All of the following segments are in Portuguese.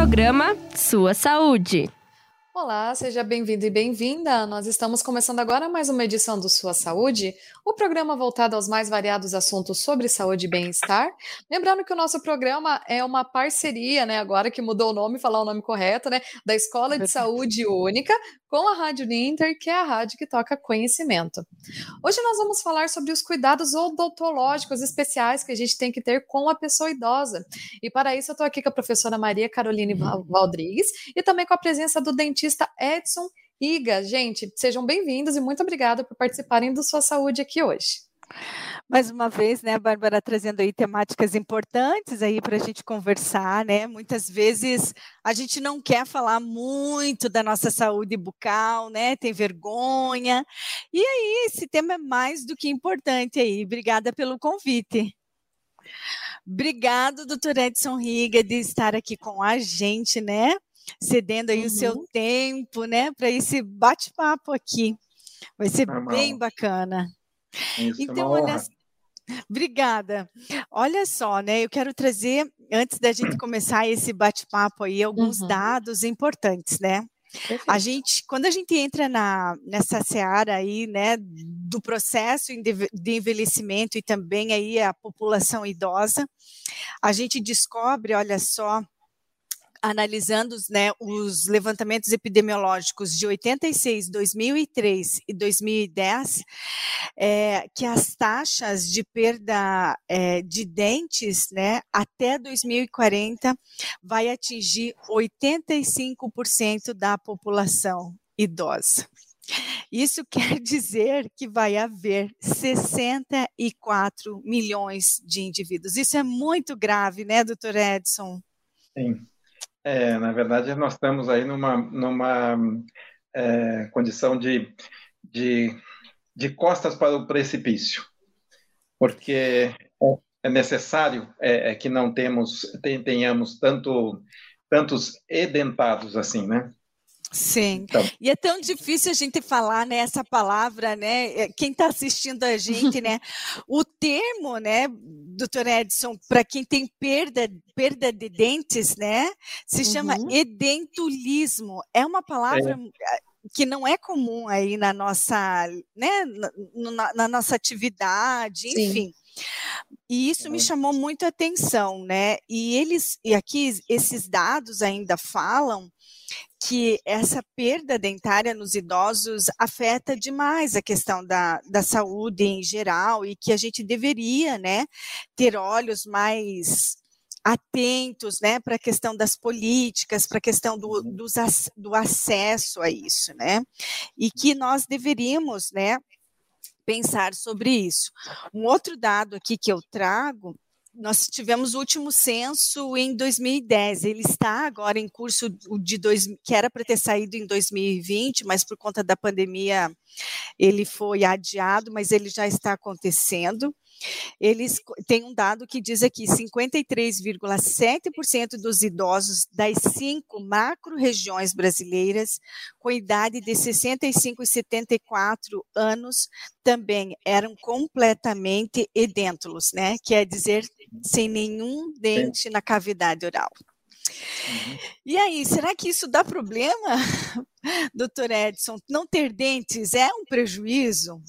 programa Sua Saúde. Olá, seja bem-vindo e bem-vinda. Nós estamos começando agora mais uma edição do Sua Saúde, o programa voltado aos mais variados assuntos sobre saúde e bem-estar. Lembrando que o nosso programa é uma parceria, né, agora que mudou o nome, falar o nome correto, né, da Escola de Saúde Única com a Rádio Ninter, que é a rádio que toca conhecimento. Hoje nós vamos falar sobre os cuidados odontológicos especiais que a gente tem que ter com a pessoa idosa. E para isso eu estou aqui com a professora Maria Caroline Valdrigues e também com a presença do dentista Edson Higa. Gente, sejam bem-vindos e muito obrigada por participarem do Sua Saúde aqui hoje. Mais uma vez, né, Bárbara, trazendo aí temáticas importantes aí para a gente conversar, né? Muitas vezes a gente não quer falar muito da nossa saúde bucal, né? Tem vergonha. E aí, esse tema é mais do que importante aí. Obrigada pelo convite. Obrigado, doutor Edson Higa, de estar aqui com a gente, né? Cedendo aí o seu tempo, né? Para esse bate-papo aqui. Vai ser bem bacana. Isso, então, olha, obrigada. Olha só, né? Eu quero trazer, antes da gente começar esse bate-papo aí, alguns dados importantes, né? Perfeito. Quando a gente entra nessa seara aí, né, do processo de envelhecimento e também aí a população idosa, a gente descobre, olha só, analisando, né, os levantamentos epidemiológicos de 86, 2003 e 2010, que as taxas de perda de dentes, né, até 2040 vai atingir 85% da população idosa. Isso quer dizer que vai haver 64 milhões de indivíduos. Isso é muito grave, né, doutor Edson? Sim. Na verdade, nós estamos aí numa condição de costas para o precipício, porque é necessário que não tenhamos tantos edentados assim, né? Sim, então, e é tão difícil a gente falar, né, essa palavra, né, quem está assistindo a gente, né, o termo, né, doutor Edson, para quem tem perda de dentes, né, se chama edentulismo, é uma palavra que não é comum aí na nossa, né, na nossa atividade, enfim. E isso me chamou muito a atenção, né, e aqui esses dados ainda falam que essa perda dentária nos idosos afeta demais a questão da saúde em geral e que a gente deveria, né, ter olhos mais atentos, né, para a questão das políticas, para a questão do acesso a isso, né, e que nós deveríamos, né, pensar sobre isso. Um outro dado aqui que eu trago, nós tivemos o último censo em 2010, ele está agora em curso que era para ter saído em 2020, mas por conta da pandemia ele foi adiado, mas ele já está acontecendo. Eles têm um dado que diz aqui, 53,7% dos idosos das 5 macro-regiões brasileiras com idade de 65 e 74 anos também eram completamente edêntulos, né? Quer dizer, sem nenhum dente na cavidade oral. E aí, será que isso dá problema, doutor Edson? Não ter dentes é um prejuízo?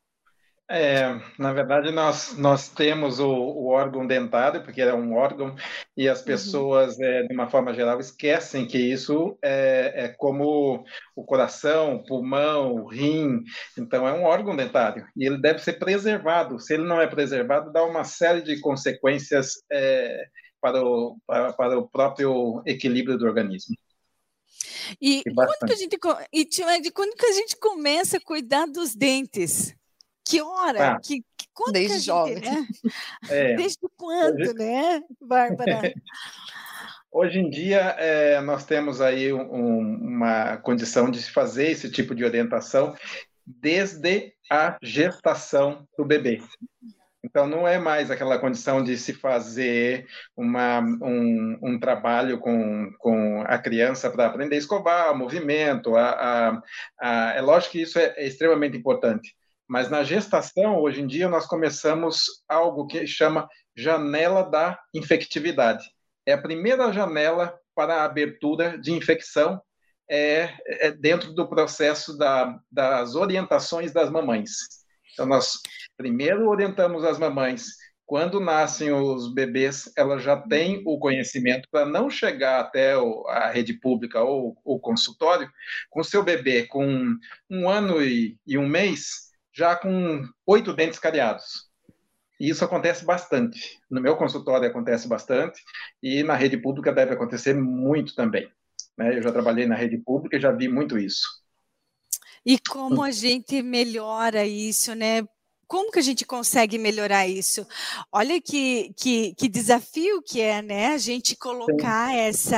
Na verdade, nós temos o órgão dentário, porque é um órgão, e as pessoas, de uma forma geral, esquecem que isso é como o coração, o pulmão, o rim, então é um órgão dentário, e ele deve ser preservado. Se ele não é preservado, dá uma série de consequências para o próprio equilíbrio do organismo. E quando que a gente começa a cuidar dos dentes? Que hora? Quando desde que jovem. Né? Desde quando, né, Bárbara? Hoje em dia, nós temos aí uma condição de se fazer esse tipo de orientação desde a gestação do bebê. Então, não é mais aquela condição de se fazer um trabalho com a criança para aprender a escovar, o movimento. É lógico que isso é extremamente importante. Mas na gestação, hoje em dia, nós começamos algo que chama janela da infectividade. É a primeira janela para a abertura de infecção dentro do processo das orientações das mamães. Então, nós primeiro orientamos as mamães. Quando nascem os bebês, elas já têm o conhecimento para não chegar até a rede pública ou o consultório com seu bebê com 1 ano e 1 mês, já com 8 dentes cariados. E isso acontece bastante. No meu consultório acontece bastante e na rede pública deve acontecer muito também. Eu já trabalhei na rede pública e já vi muito isso. E como a gente melhora isso, né? Como que a gente consegue melhorar isso? Olha que desafio que é, né? A gente colocar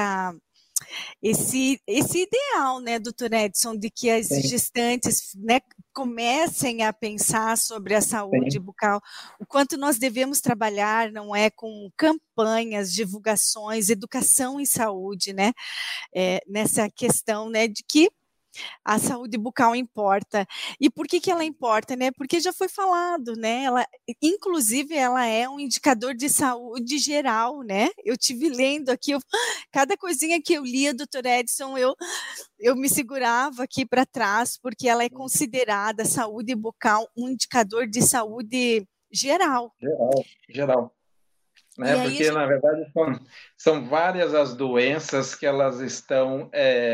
esse ideal, né, doutor Edson, de que as gestantes, né, comecem a pensar sobre a saúde bucal, o quanto nós devemos trabalhar, não é, com campanhas, divulgações, educação em saúde, né, nessa questão, né, de que a saúde bucal importa. E por que ela importa, né? Porque já foi falado, né? Inclusive, ela é um indicador de saúde geral, né? Eu tive lendo aqui, cada coisinha que eu lia, doutor Edson, eu me segurava aqui para trás, porque ela é considerada, saúde bucal, um indicador de saúde geral. Geral. Né? Porque, na verdade, são várias as doenças que elas estão...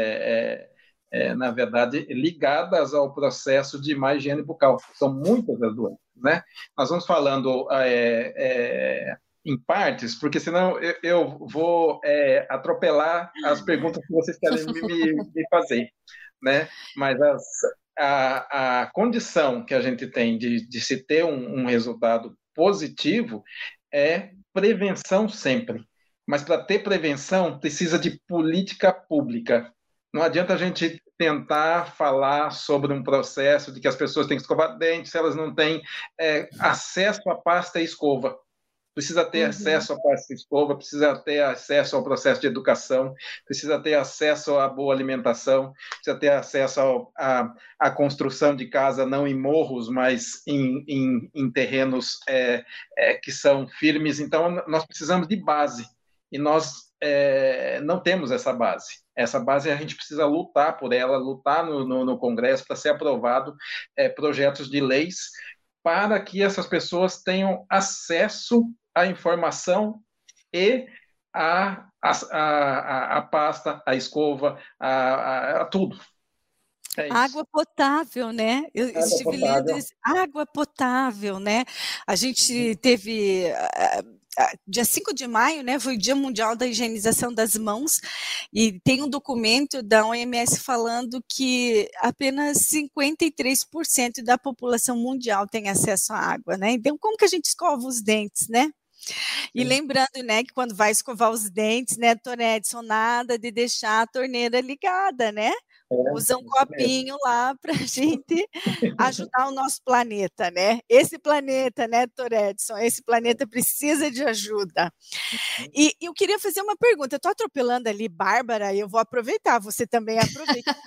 na verdade, ligadas ao processo de má higiene bucal. São muitas as doenças, né? Nós vamos falando em partes, porque senão eu vou atropelar as perguntas que vocês querem me fazer, né? Mas a condição que a gente tem de se ter um resultado positivo é prevenção sempre. Mas para ter prevenção, precisa de política pública. Não adianta a gente tentar falar sobre um processo de que as pessoas têm que escovar dentes se elas não têm acesso à pasta e escova. Precisa ter acesso à pasta e escova, precisa ter acesso ao processo de educação, precisa ter acesso à boa alimentação, precisa ter acesso à construção de casa, não em morros, mas em terrenos que são firmes. Então, nós precisamos de base, e nós não temos essa base. Essa base a gente precisa lutar por ela, lutar no Congresso para ser aprovado projetos de leis para que essas pessoas tenham acesso à informação e à pasta, à escova, a tudo. Água potável, né? Eu estive lendo isso. Água potável, né? A gente teve... dia 5 de maio, né, foi o Dia Mundial da Higienização das Mãos, e tem um documento da OMS falando que apenas 53% da população mundial tem acesso à água, né? Então, como que a gente escova os dentes, né? E lembrando, né, que quando vai escovar os dentes, né, doutor Edson, nada de deixar a torneira ligada, né? Usa um copinho lá para a gente ajudar o nosso planeta, né? Esse planeta, né, doutor Edson? Esse planeta precisa de ajuda. E eu queria fazer uma pergunta. Eu estou atropelando ali, Bárbara, e eu vou aproveitar, você também aproveita.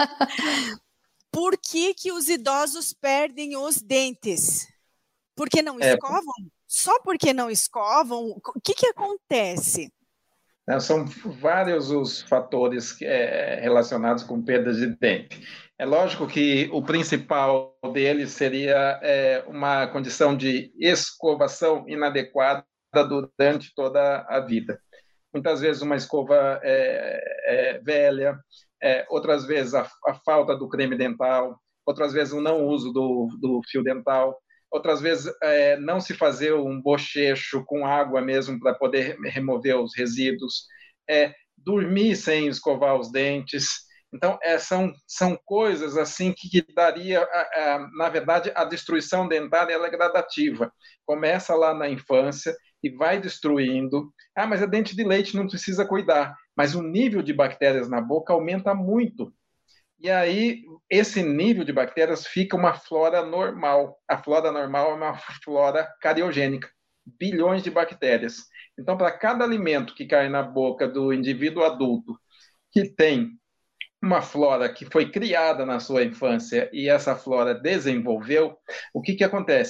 Por que os idosos perdem os dentes? Porque não escovam? Só porque não escovam? O que acontece? São vários os fatores relacionados com perda de dente. É lógico que o principal deles seria uma condição de escovação inadequada durante toda a vida. Muitas vezes uma escova velha, outras vezes a falta do creme dental, outras vezes o não uso do fio dental, outras vezes não se fazer um bochecho com água mesmo para poder remover os resíduos, dormir sem escovar os dentes. Então, são coisas assim que daria, na verdade, a destruição dentária ela é gradativa. Começa lá na infância e vai destruindo. Mas é dente de leite, não precisa cuidar. Mas o nível de bactérias na boca aumenta muito. E aí, esse nível de bactérias fica uma flora normal. A flora normal é uma flora cariogênica. Bilhões de bactérias. Então, para cada alimento que cai na boca do indivíduo adulto que tem uma flora que foi criada na sua infância e essa flora desenvolveu, o que acontece?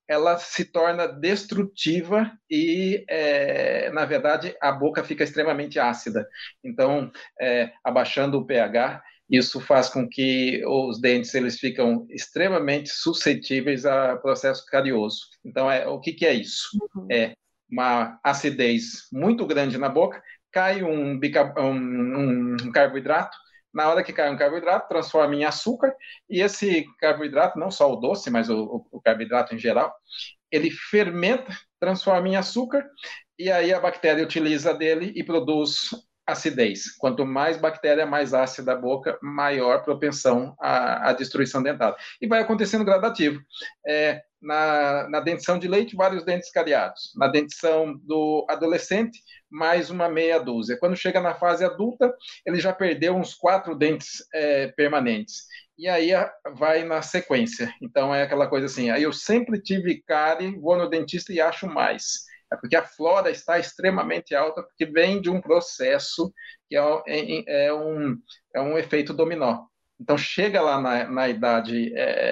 ela se torna destrutiva e, na verdade, a boca fica extremamente ácida. Então, abaixando o pH, isso faz com que os dentes eles ficam extremamente suscetíveis a processo carioso. Então, o que é isso? É uma acidez muito grande na boca, cai um carboidrato. Na hora que cai um carboidrato, transforma em açúcar, e esse carboidrato, não só o doce, mas o carboidrato em geral, ele fermenta, transforma em açúcar, e aí a bactéria utiliza dele e produz acidez. Quanto mais bactéria, mais ácida a boca, maior propensão à destruição dentária. E vai acontecendo gradativo. Na dentição de leite, vários dentes cariados. Na dentição do adolescente, mais uma meia dúzia. Quando chega na fase adulta, ele já perdeu uns 4 dentes permanentes. E aí vai na sequência. Então é aquela coisa assim, aí eu sempre tive cárie, vou no dentista e acho mais. É porque a flora está extremamente alta, porque vem de um processo que é um efeito dominó. Então, chega lá na idade,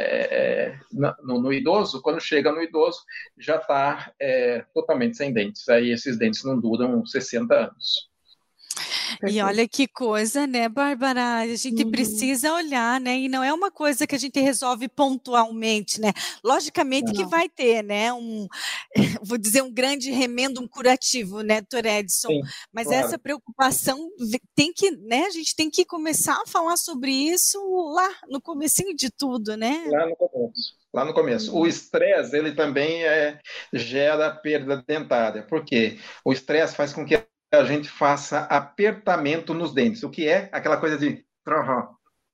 no idoso, quando chega no idoso, já está totalmente sem dentes. Aí esses dentes não duram 60 anos. E olha que coisa, né, Bárbara? A gente precisa olhar, né? E não é uma coisa que a gente resolve pontualmente, né? Logicamente que vai ter, né? Vou dizer, um grande remendo, um curativo, né, Dr. Edson? Sim, mas claro. Essa preocupação tem que, né? A gente tem que começar a falar sobre isso lá no comecinho de tudo, né? Lá no começo. O estresse, ele também gera perda dentária. Por quê? O estresse faz com que a gente faça apertamento nos dentes. O que é? Aquela coisa de travar.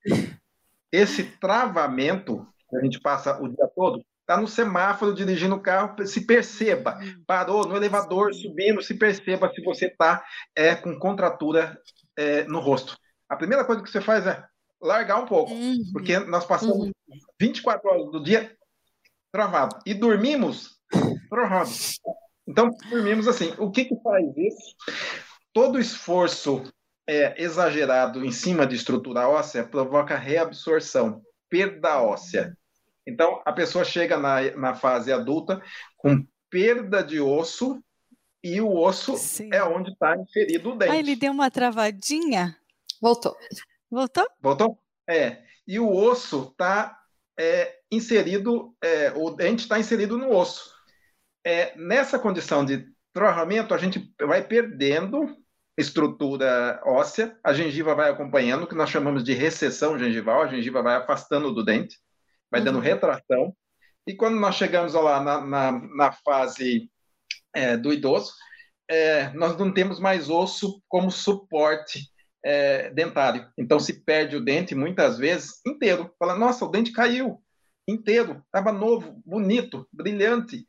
Esse travamento que a gente passa o dia todo, está no semáforo dirigindo o carro, se perceba. Parou no elevador, subindo, se perceba se você está com contratura no rosto. A primeira coisa que você faz é largar um pouco, porque nós passamos 24 horas do dia travado. E dormimos travado. Então, dormimos assim. O que faz isso? Todo esforço exagerado em cima de estrutura óssea provoca reabsorção, perda óssea. Então, a pessoa chega na fase adulta com perda de osso e o osso é onde está inserido o dente. Ele deu uma travadinha? Voltou? Voltou? E o osso está inserido, o dente está inserido no osso. Nessa condição de travamento, a gente vai perdendo estrutura óssea, a gengiva vai acompanhando, o que nós chamamos de recessão gengival, a gengiva vai afastando do dente, vai dando retração, e quando nós chegamos lá na fase do idoso, nós não temos mais osso como suporte dentário, então se perde o dente muitas vezes inteiro, fala, nossa, o dente caiu inteiro, estava novo, bonito, brilhante,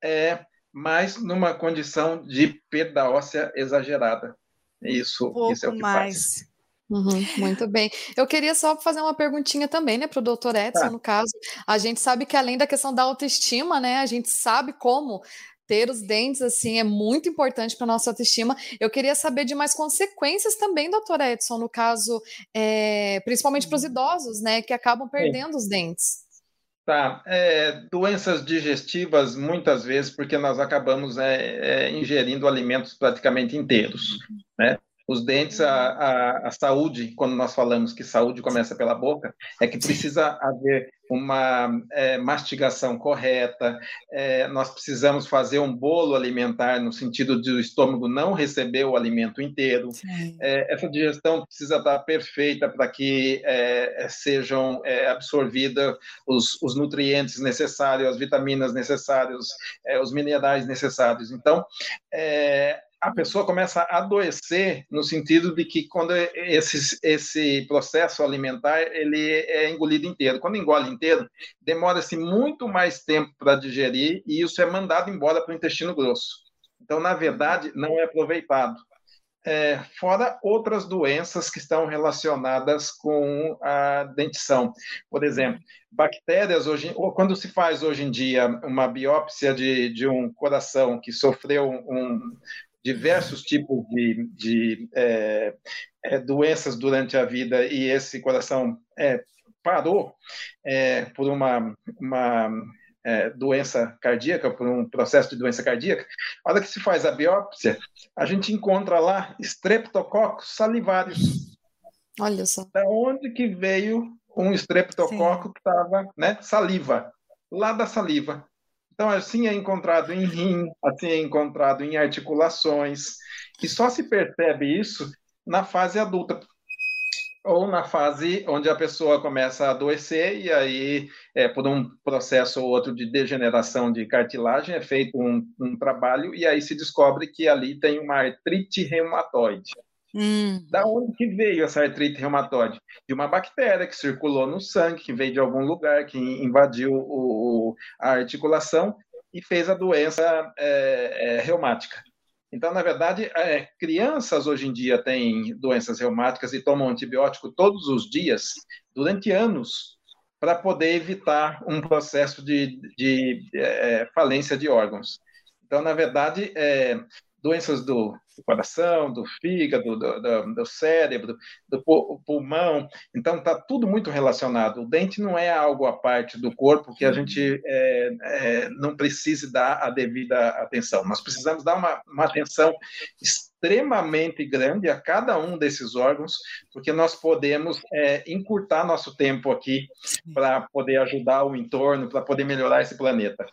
mas numa condição de perda óssea exagerada. Isso é o que faz. Muito bem. Eu queria só fazer uma perguntinha também, né, para o Dr. Edson, no caso. A gente sabe que além da questão da autoestima, né, a gente sabe como ter os dentes, assim, é muito importante para a nossa autoestima. Eu queria saber de mais consequências também, Dr. Edson, no caso, principalmente para os idosos, né, que acabam perdendo os dentes. Doenças digestivas, muitas vezes, porque nós acabamos ingerindo alimentos praticamente inteiros, né? Os dentes, a saúde, quando nós falamos que saúde começa pela boca, é que precisa haver uma mastigação correta, nós precisamos fazer um bolo alimentar no sentido de o estômago não receber o alimento inteiro. Essa digestão precisa estar perfeita para que sejam absorvidos os nutrientes necessários, as vitaminas necessárias, os minerais necessários. Então, a pessoa começa a adoecer no sentido de que quando esse processo alimentar ele é engolido inteiro. Quando engole inteiro, demora-se muito mais tempo para digerir e isso é mandado embora para o intestino grosso. Então, na verdade, não é aproveitado. Fora outras doenças que estão relacionadas com a dentição. Por exemplo, bactérias, quando se faz hoje em dia uma biópsia de um coração que sofreu diversos tipos de doenças durante a vida e esse coração parou por uma doença cardíaca, por um processo de doença cardíaca, na hora que se faz a biópsia, a gente encontra lá Streptococcus salivários. Olha só. Da onde que veio um estreptococo que estava, né, saliva, lá da saliva. Então, assim é encontrado em rim, assim é encontrado em articulações, e só se percebe isso na fase adulta, ou na fase onde a pessoa começa a adoecer, e aí, por um processo ou outro de degeneração de cartilagem, é feito um trabalho, e aí se descobre que ali tem uma artrite reumatoide. Da onde que veio essa artrite reumatoide? De uma bactéria que circulou no sangue, que veio de algum lugar, que invadiu a articulação e fez a doença reumática. Então, na verdade, crianças hoje em dia têm doenças reumáticas e tomam antibiótico todos os dias, durante anos, para poder evitar um processo de falência de órgãos. Então, na verdade, doenças do coração, do fígado, do cérebro, do pulmão. Então, está tudo muito relacionado. O dente não é algo à parte do corpo que a gente não precise dar a devida atenção. Nós precisamos dar uma atenção extremamente grande a cada um desses órgãos, porque nós podemos encurtar nosso tempo aqui para poder ajudar o entorno, para poder melhorar esse planeta.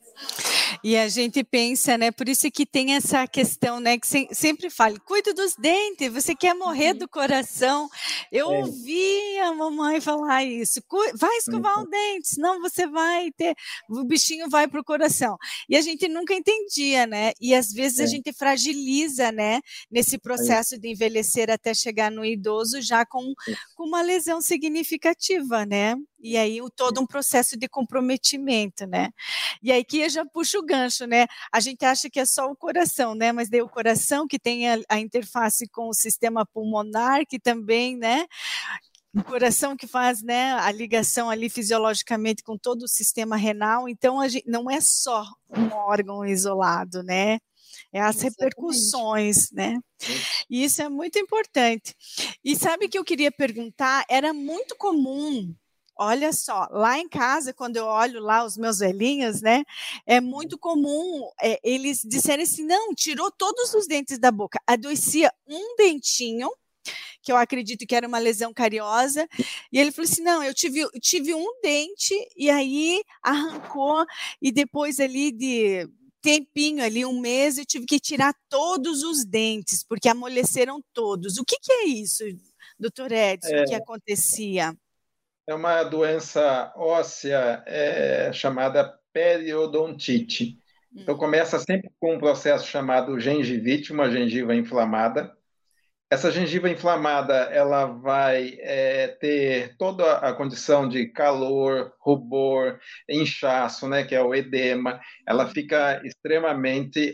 E a gente pensa, né, por isso que tem essa questão, né, que sempre fala, cuide dos dentes, você quer morrer do coração. Eu ouvi a mamãe falar isso, vai escovar o dente, senão você vai ter, o bichinho vai para o coração. E a gente nunca entendia, né, e às vezes a gente fragiliza, né, nesse processo de envelhecer até chegar no idoso já com uma lesão significativa, né. E aí todo um processo de comprometimento, né? E aí que eu já puxo o gancho, né? A gente acha que é só o coração, né? Mas daí o coração que tem a interface com o sistema pulmonar, que também, né? O coração que faz, né, a ligação ali fisiologicamente com todo o sistema renal. Então, não é só um órgão isolado, né? É as repercussões, né? E isso é muito importante. E sabe o que eu queria perguntar? Era muito comum. Olha só, lá em casa, quando eu olho lá os meus velhinhos, né, é muito comum eles disserem assim, não, tirou todos os dentes da boca, adoecia um dentinho, que eu acredito que era uma lesão cariosa, e ele falou assim, não, eu tive um dente, e aí arrancou, e depois ali de tempinho, ali um mês, eu tive que tirar todos os dentes, porque amoleceram todos. O que é isso, doutor Edson, que acontecia? É uma doença óssea chamada periodontite. Então, começa sempre com um processo chamado gengivite, uma gengiva inflamada. Essa gengiva inflamada, ela vai ter toda a condição de calor, rubor, inchaço, né, que é o edema. Ela fica extremamente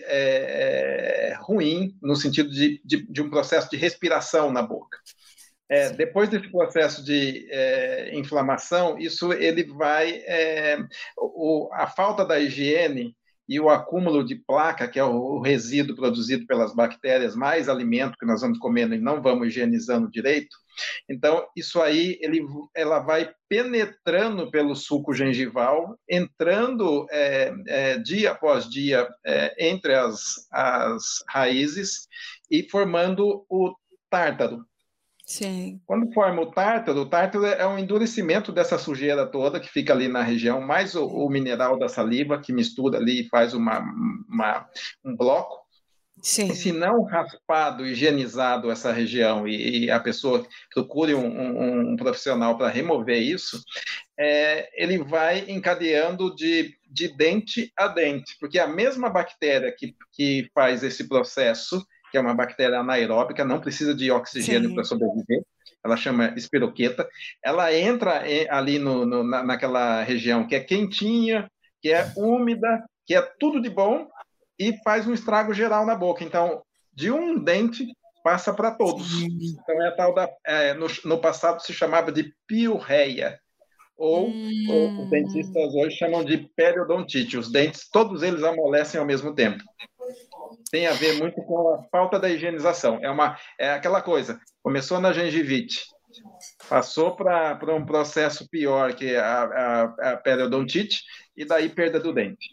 ruim no sentido de um processo de respiração na boca. Depois desse processo de inflamação, ele vai a falta da higiene e o acúmulo de placa, que é o resíduo produzido pelas bactérias, mais alimento que nós vamos comendo e não vamos higienizando direito. Então, isso aí, ela vai penetrando pelo sulco gengival, entrando dia após dia entre as raízes e formando o tártaro. Sim. Quando forma o tártaro é um endurecimento dessa sujeira toda que fica ali na região, mais o mineral da saliva que mistura ali e faz um bloco. Sim. E se não raspado, higienizado essa região e a pessoa procure um profissional para remover isso, ele vai encadeando de dente a dente, porque a mesma bactéria que faz esse processo, que é uma bactéria anaeróbica, não precisa de oxigênio para sobreviver, ela chama espiroqueta, ela entra ali naquela região que é quentinha, que é úmida, que é tudo de bom, e faz um estrago geral na boca. Então, de um dente, passa para todos. Então, é a tal no passado se chamava de piorreia, ou os dentistas hoje chamam de periodontite. Os dentes, todos eles amolecem ao mesmo tempo. Tem a ver muito com a falta da higienização. É aquela coisa, começou na gengivite, passou para um processo pior, que é a periodontite, e daí perda do dente.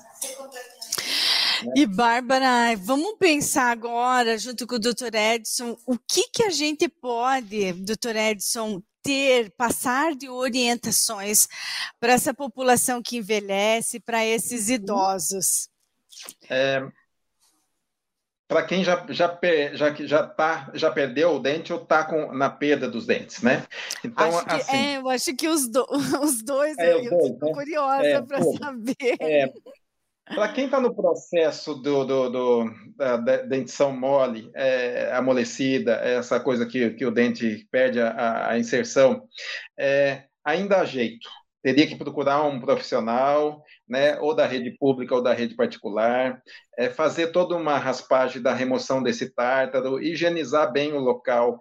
E, Bárbara, vamos pensar agora, junto com o Dr. Edson, o que a gente pode, Dr. Edson, passar de orientações para essa população que envelhece, para esses idosos? Para quem já perdeu o dente ou está na perda dos dentes, né? Então, eu acho que os dois, eu estou curiosa para saber. Para quem está no processo da dentição mole, amolecida, essa coisa que o dente perde a inserção, ainda há jeito. Teria que procurar um profissional, né, ou da rede pública ou da rede particular, fazer toda uma raspagem da remoção desse tártaro, higienizar bem o local,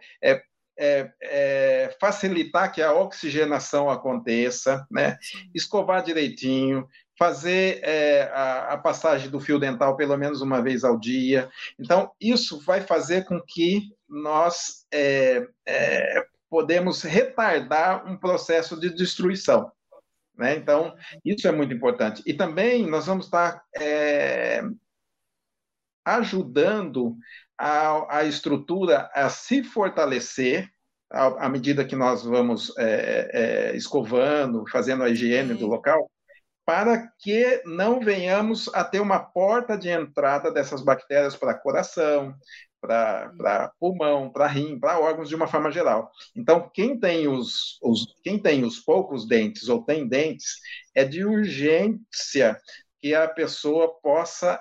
facilitar que a oxigenação aconteça, né, escovar direitinho, fazer a passagem do fio dental pelo menos uma vez ao dia. Então, isso vai fazer com que nós podemos retardar um processo de destruição. Né? Então, isso é muito importante. E também nós vamos estar ajudando a estrutura a se fortalecer à medida que nós vamos escovando, fazendo a higiene do local, para que não venhamos a ter uma porta de entrada dessas bactérias para coração, para pulmão, para rim, para órgãos de uma forma geral. Então, quem tem os poucos dentes ou tem dentes, é de urgência que a pessoa possa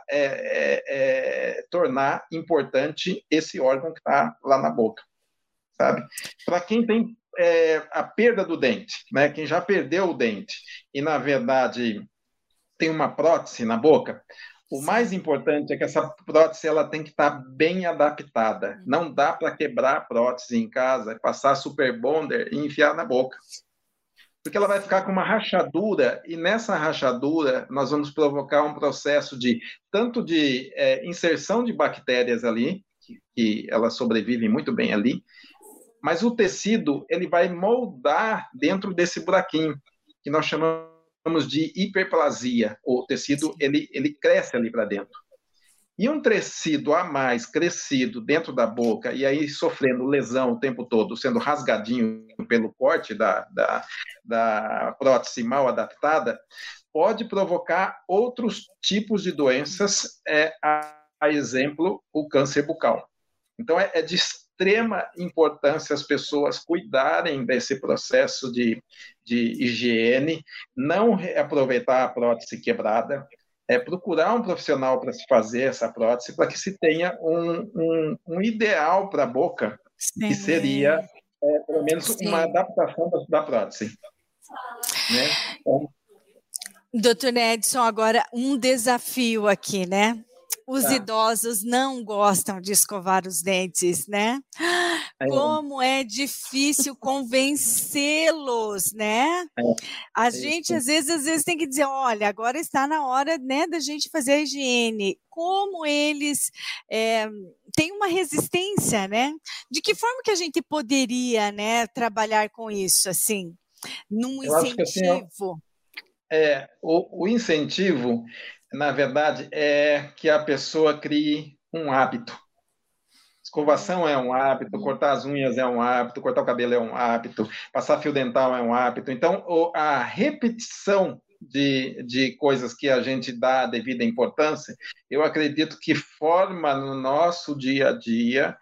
tornar importante esse órgão que está lá na boca, sabe? Para quem tem a perda do dente, né? Quem já perdeu o dente e, na verdade, tem uma prótese na boca, o mais importante é que essa prótese ela tem que estar bem adaptada. Não dá para quebrar a prótese em casa, passar super bonder e enfiar na boca. Porque ela vai ficar com uma rachadura, e nessa rachadura nós vamos provocar um processo tanto de inserção de bactérias ali, que elas sobrevivem muito bem ali, mas o tecido ele vai moldar dentro desse buraquinho, que nós chamamos de hiperplasia. O tecido ele cresce ali para dentro. E um tecido a mais crescido dentro da boca, e aí sofrendo lesão o tempo todo, sendo rasgadinho pelo corte da prótese mal adaptada, pode provocar outros tipos de doenças, a exemplo, o câncer bucal. Então, é de extrema importância as pessoas cuidarem desse processo de higiene, não aproveitar a prótese quebrada, procurar um profissional para se fazer essa prótese, para que se tenha um ideal para a boca, que seria, pelo menos, uma adaptação da prótese. Né? Então, Dr. Edson, agora um desafio aqui, né? Os idosos não gostam de escovar os dentes, né? Como é difícil convencê-los, né? A gente, às vezes tem que dizer, olha, agora está na hora, né, da gente fazer a higiene. Como eles têm uma resistência, né? De que forma que a gente poderia, né, trabalhar com isso, assim, num incentivo? O incentivo, na verdade, é que a pessoa crie um hábito. Escovação é um hábito, cortar as unhas é um hábito, cortar o cabelo é um hábito, passar fio dental é um hábito. Então, a repetição de coisas que a gente dá a devida importância, eu acredito que forma no nosso dia a dia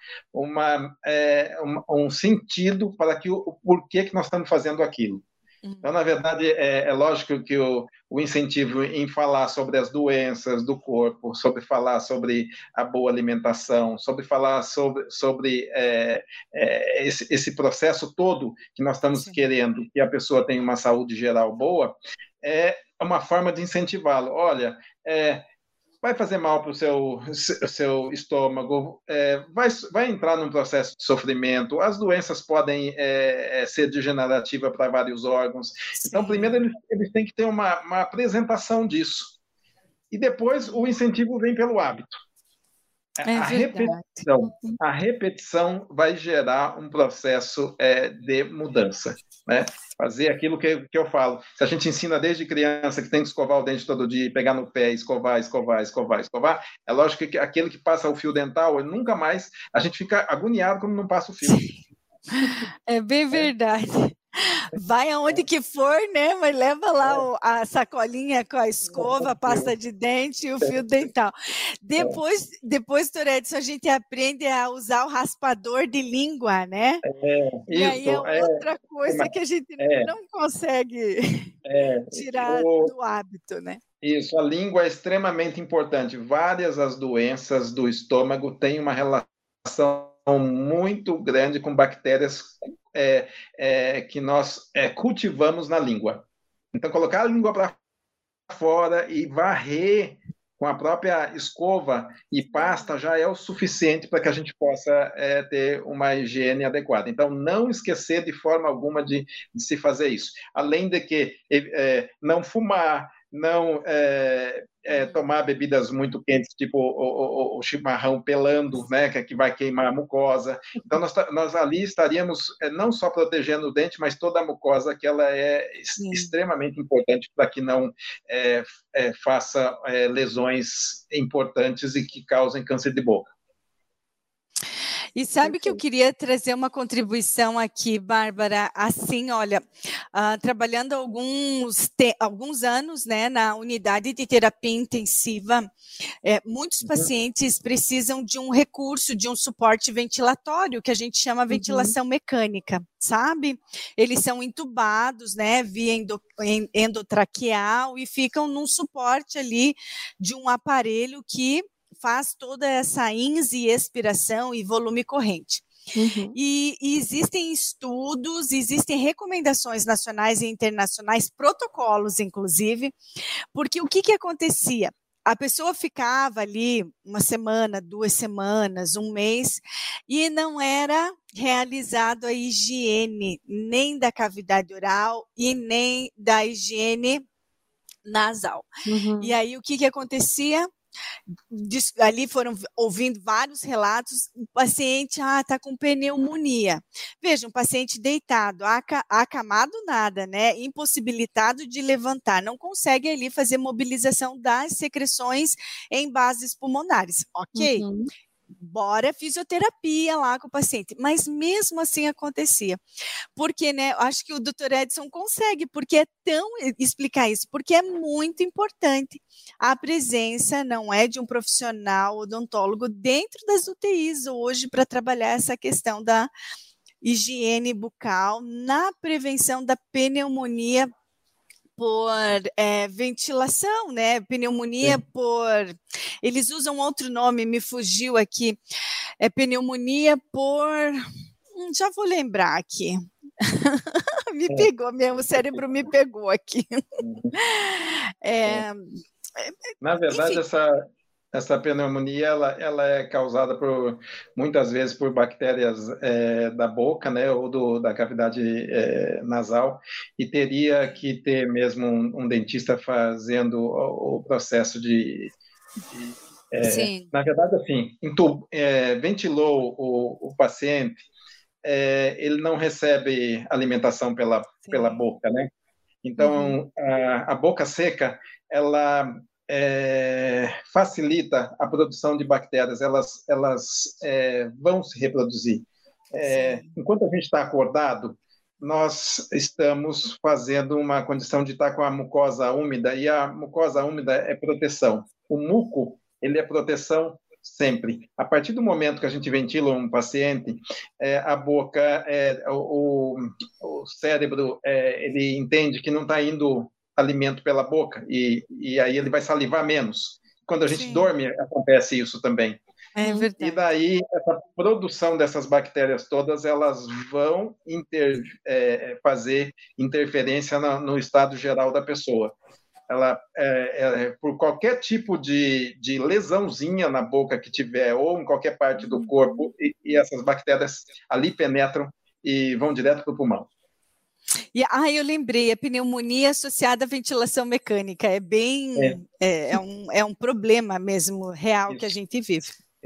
um sentido para o porquê que nós estamos fazendo aquilo. Então, na verdade, é lógico que o incentivo em falar sobre as doenças do corpo, sobre falar sobre a boa alimentação, sobre falar sobre esse processo todo que nós estamos querendo que a pessoa tenha uma saúde geral boa, é uma forma de incentivá-lo. Olha, vai fazer mal para o seu estômago, vai entrar num processo de sofrimento, as doenças podem ser degenerativas para vários órgãos. Então, primeiro, eles têm que ter uma apresentação disso. E depois, o incentivo vem pelo hábito. A repetição vai gerar um processo de mudança, né? Fazer aquilo que eu falo. Se a gente ensina desde criança que tem que escovar o dente todo dia, pegar no pé, escovar, é lógico que aquele que passa o fio dental, nunca mais a gente fica agoniado quando não passa o fio. É bem verdade. Vai aonde que for, né? Mas leva lá a sacolinha com a escova, a pasta de dente e o fio dental. Depois, Dr. Edson, a gente aprende a usar o raspador de língua, né? E aí é outra coisa que a gente não consegue tirar do hábito, né? Isso, a língua é extremamente importante. Várias as doenças do estômago têm uma relação muito grande com bactérias que nós cultivamos na língua. Então, colocar a língua para fora e varrer com a própria escova e pasta já é o suficiente para que a gente possa ter uma higiene adequada. Então, não esquecer de forma alguma de se fazer isso. Além de que não fumar, não tomar bebidas muito quentes, tipo o chimarrão pelando, né, que vai queimar a mucosa. Então, nós ali estaríamos não só protegendo o dente, mas toda a mucosa, que ela é extremamente importante para que não faça lesões importantes e que causem câncer de boca. E sabe que eu queria trazer uma contribuição aqui, Bárbara, assim, olha, trabalhando alguns anos, né, na unidade de terapia intensiva, muitos pacientes precisam de um recurso, de um suporte ventilatório, que a gente chama ventilação mecânica, sabe? Eles são entubados, né, via endotraqueal e ficam num suporte ali de um aparelho que faz toda essa e expiração e volume corrente. E existem estudos, existem recomendações nacionais e internacionais, protocolos, inclusive, porque o que acontecia? A pessoa ficava ali uma semana, 2 semanas, 1 mês, e não era realizado a higiene nem da cavidade oral e nem da higiene nasal. E aí, o que acontecia? Ali foram ouvindo vários relatos, o paciente está com pneumonia. Veja, um paciente deitado, acamado nada, né? Impossibilitado de levantar, não consegue ali fazer mobilização das secreções em bases pulmonares, ok? Bora fisioterapia lá com o paciente, mas mesmo assim acontecia, porque, né, acho que o Dr. Edson consegue, porque é tão explicar isso, porque é muito importante a presença, não é, de um profissional odontólogo dentro das UTIs hoje para trabalhar essa questão da higiene bucal na prevenção da pneumonia por ventilação, né? Pneumonia por... Eles usam outro nome, me fugiu aqui. Pneumonia por... já vou lembrar aqui. Me pegou, o cérebro me pegou aqui. Na verdade, essa pneumonia ela é causada muitas vezes por bactérias da boca, né, ou da cavidade nasal, e teria que ter mesmo um dentista fazendo o processo na verdade, assim, ventilou o paciente, ele não recebe alimentação pela boca, né? Então, a boca seca, ela facilita a produção de bactérias, elas vão se reproduzir. Enquanto a gente está acordado, nós estamos fazendo uma condição de estar com a mucosa úmida, e a mucosa úmida é proteção. O muco, ele é proteção sempre. A partir do momento que a gente ventila um paciente, a boca, o cérebro, ele entende que não está indo alimento pela boca, e aí ele vai salivar menos. Quando a gente dorme, acontece isso também. É verdade. E daí, essa produção dessas bactérias todas, elas vão fazer interferência no estado geral da pessoa. Ela, por qualquer tipo de lesãozinha na boca que tiver, ou em qualquer parte do corpo, e essas bactérias ali penetram e vão direto para o pulmão. Eu lembrei, a pneumonia associada à ventilação mecânica, é um problema mesmo real que a gente vive. Isso.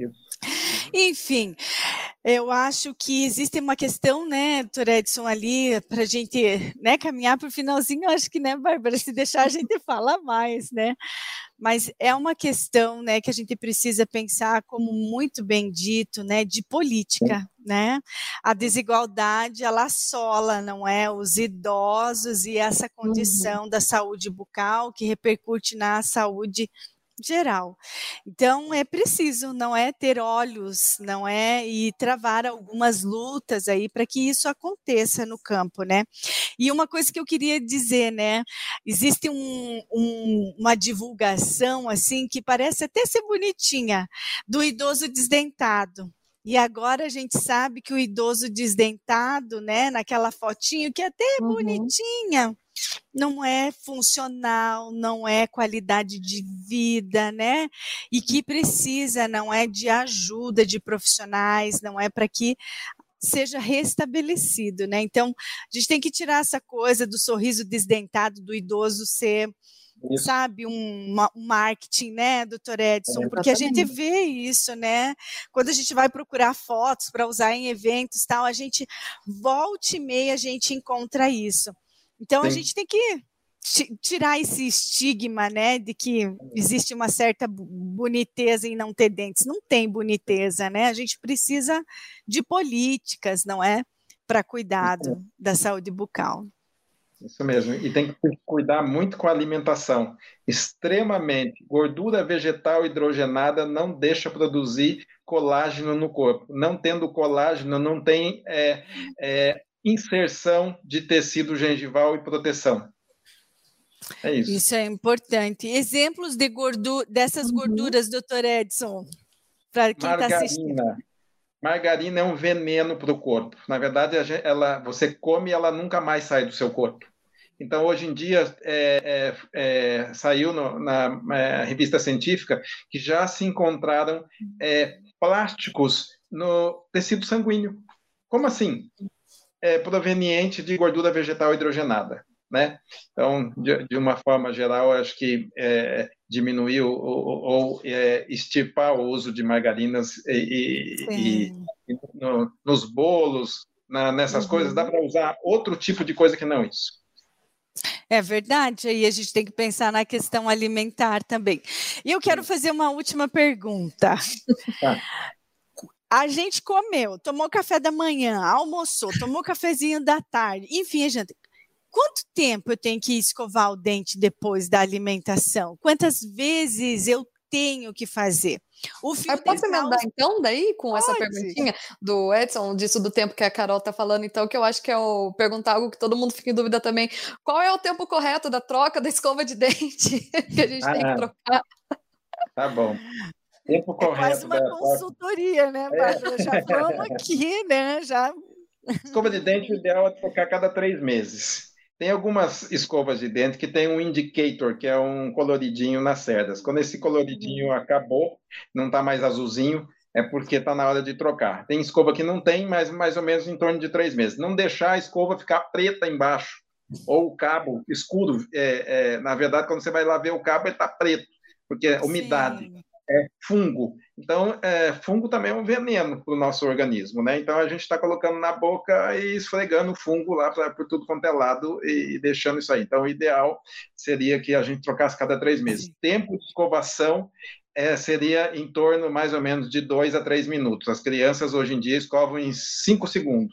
Enfim, eu acho que existe uma questão, né, doutor Edson, ali, para a gente, né, caminhar para o finalzinho, eu acho que, né, Bárbara, se deixar a gente fala mais, né, mas é uma questão, né, que a gente precisa pensar, como muito bem dito, né, de política, né, a desigualdade, ela assola, não é, os idosos e essa condição da saúde bucal que repercute na saúde geral. Então, é preciso, não é, ter olhos, não é, e travar algumas lutas aí para que isso aconteça no campo, né? E uma coisa que eu queria dizer, né, existe uma divulgação, assim, que parece até ser bonitinha, do idoso desdentado. E agora a gente sabe que o idoso desdentado, né, naquela fotinho, que até é bonitinha, não é funcional, não é qualidade de vida, né? E que precisa, não é, de ajuda de profissionais, não é, para que seja restabelecido, né? Então, a gente tem que tirar essa coisa do sorriso desdentado do idoso ser, sabe, um marketing, né, doutor Edson? Porque a gente vê isso, né? Quando a gente vai procurar fotos para usar em eventos, tal, a gente volta e meia a gente encontra isso. Então, a gente tem que tirar esse estigma, né, de que existe uma certa boniteza em não ter dentes. Não tem boniteza, né? A gente precisa de políticas, não é? Para cuidado da saúde bucal. Isso mesmo. E tem que cuidar muito com a alimentação. Extremamente. Gordura vegetal hidrogenada não deixa produzir colágeno no corpo. Não tendo colágeno, não tem inserção de tecido gengival e proteção. É isso. Isso é importante. Exemplos de dessas gorduras, doutor Edson, para quem está assistindo. Margarina é um veneno para o corpo. Na verdade, você come e ela nunca mais sai do seu corpo. Então, hoje em dia, saiu na revista científica que já se encontraram plásticos no tecido sanguíneo. Como assim? Proveniente de gordura vegetal hidrogenada, né? Então, de uma forma geral, acho que diminuir ou extirpar o uso de margarinas nos bolos, nessas coisas, dá para usar outro tipo de coisa que não isso. É verdade, aí a gente tem que pensar na questão alimentar também. E eu quero fazer uma última pergunta. A gente comeu, tomou café da manhã, almoçou, tomou cafezinho da tarde, enfim, gente, quanto tempo eu tenho que escovar o dente depois da alimentação? Quantas vezes eu tenho que fazer? Posso emendar, então, daí, com essa perguntinha do Edson, disso do tempo que a Carol está falando, então, que eu acho que é perguntar algo que todo mundo fica em dúvida também. Qual é o tempo correto da troca da escova de dente que a gente tem que trocar? Tá bom. Tempo correto. Quase uma consultoria, né, Bárbara? Já vamos aqui, né? Escova de dente, o ideal é trocar a cada 3 meses. Tem algumas escovas de dente que tem um indicator, que é um coloridinho nas cerdas. Quando esse coloridinho acabou, não está mais azulzinho, é porque está na hora de trocar. Tem escova que não tem, mas mais ou menos em torno de 3 meses. Não deixar a escova ficar preta embaixo, ou o cabo escuro. Na verdade, quando você vai lá ver o cabo, ele está preto, porque é umidade. Fungo. Então, fungo também é um veneno para o nosso organismo, né? Então, a gente está colocando na boca e esfregando o fungo lá por tudo quanto é lado e deixando isso aí. Então, o ideal seria que a gente trocasse cada 3 meses. Tempo de escovação seria em torno, mais ou menos, de 2 a 3 minutos. As crianças, hoje em dia, escovam em 5 segundos.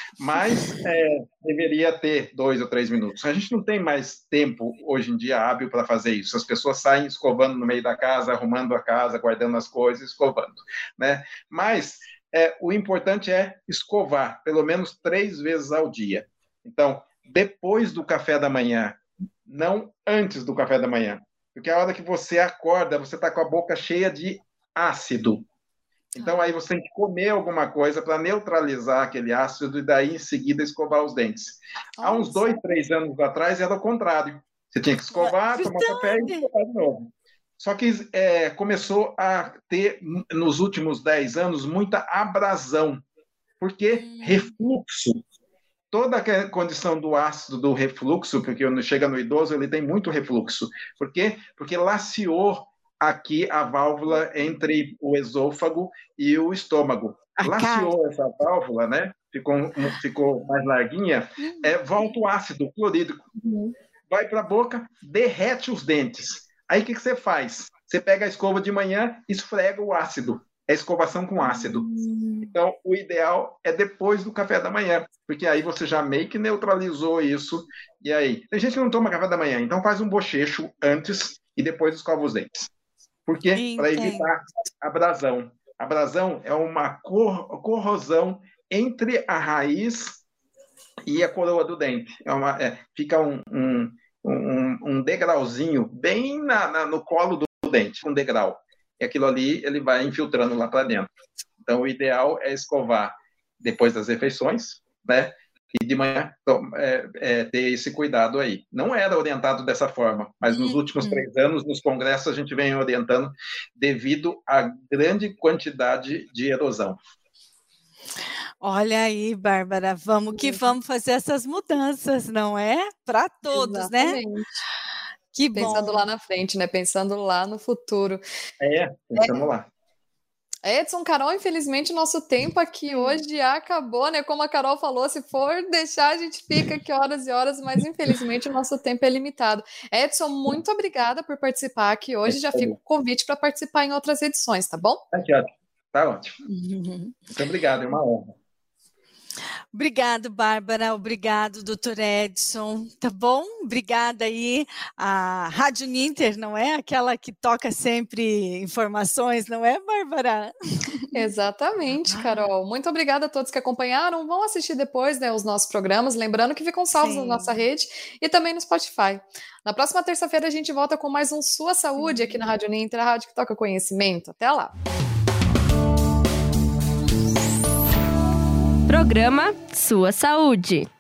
Mas deveria ter 2 ou 3 minutos. A gente não tem mais tempo, hoje em dia, hábil para fazer isso. As pessoas saem escovando no meio da casa, arrumando a casa, guardando as coisas, escovando, né? Mas o importante é escovar, pelo menos 3 vezes ao dia. Então, depois do café da manhã, não antes do café da manhã. Porque a hora que você acorda, você está com a boca cheia de ácido. Então, aí você tem que comer alguma coisa para neutralizar aquele ácido e daí, em seguida, escovar os dentes. Há uns 2, 3 anos atrás, era o contrário. Você tinha que escovar, tomar café e escovar de novo. Só que começou a ter, nos últimos 10 anos, muita abrasão. Porque refluxo. Toda a condição do ácido, do refluxo, porque quando chega no idoso, ele tem muito refluxo. Por quê? Porque laceou aqui a válvula entre o esôfago e o estômago. Laceou essa válvula, né? Ficou mais larguinha, volta o ácido clorídrico. Vai para a boca, derrete os dentes. Aí o que você faz? Você pega a escova de manhã, esfrega o ácido. É escovação com ácido. Então, o ideal é depois do café da manhã, porque aí você já meio que neutralizou isso. E aí, tem gente que não toma café da manhã, então faz um bochecho antes e depois escova os dentes. Por quê? Para evitar abrasão. Abrasão é uma corrosão entre a raiz e a coroa do dente. Fica um degrauzinho bem no colo do dente, um degrau. E aquilo ali ele vai infiltrando lá para dentro. Então, o ideal é escovar depois das refeições, né? E de manhã ter esse cuidado aí. Não era orientado dessa forma, mas nos últimos 3 anos, nos congressos, a gente vem orientando devido à grande quantidade de erosão. Olha aí, Bárbara, vamos fazer essas mudanças, não é? Para todos, exatamente, né? Que bom. Pensando lá na frente, né? Pensando lá no futuro. Pensando lá. Edson, Carol, infelizmente o nosso tempo aqui hoje já acabou, né? Como a Carol falou, se for deixar, a gente fica aqui horas e horas, mas infelizmente o nosso tempo é limitado. Edson, muito obrigada por participar aqui hoje. Já fica o convite para participar em outras edições, tá bom? Tá ótimo. Muito obrigado, é uma honra. Obrigado, Bárbara. Obrigado, doutor Edson. Tá bom? Obrigada aí. A Rádio Ninter, não é? Aquela que toca sempre informações, não é, Bárbara? Exatamente, Carol. Muito obrigada a todos que acompanharam. Vão assistir depois, né, os nossos programas. Lembrando que ficam salvos na nossa rede e também no Spotify. Na próxima terça-feira a gente volta com mais um Sua Saúde aqui na Rádio Ninter, a rádio que toca conhecimento. Até lá. Programa Sua Saúde.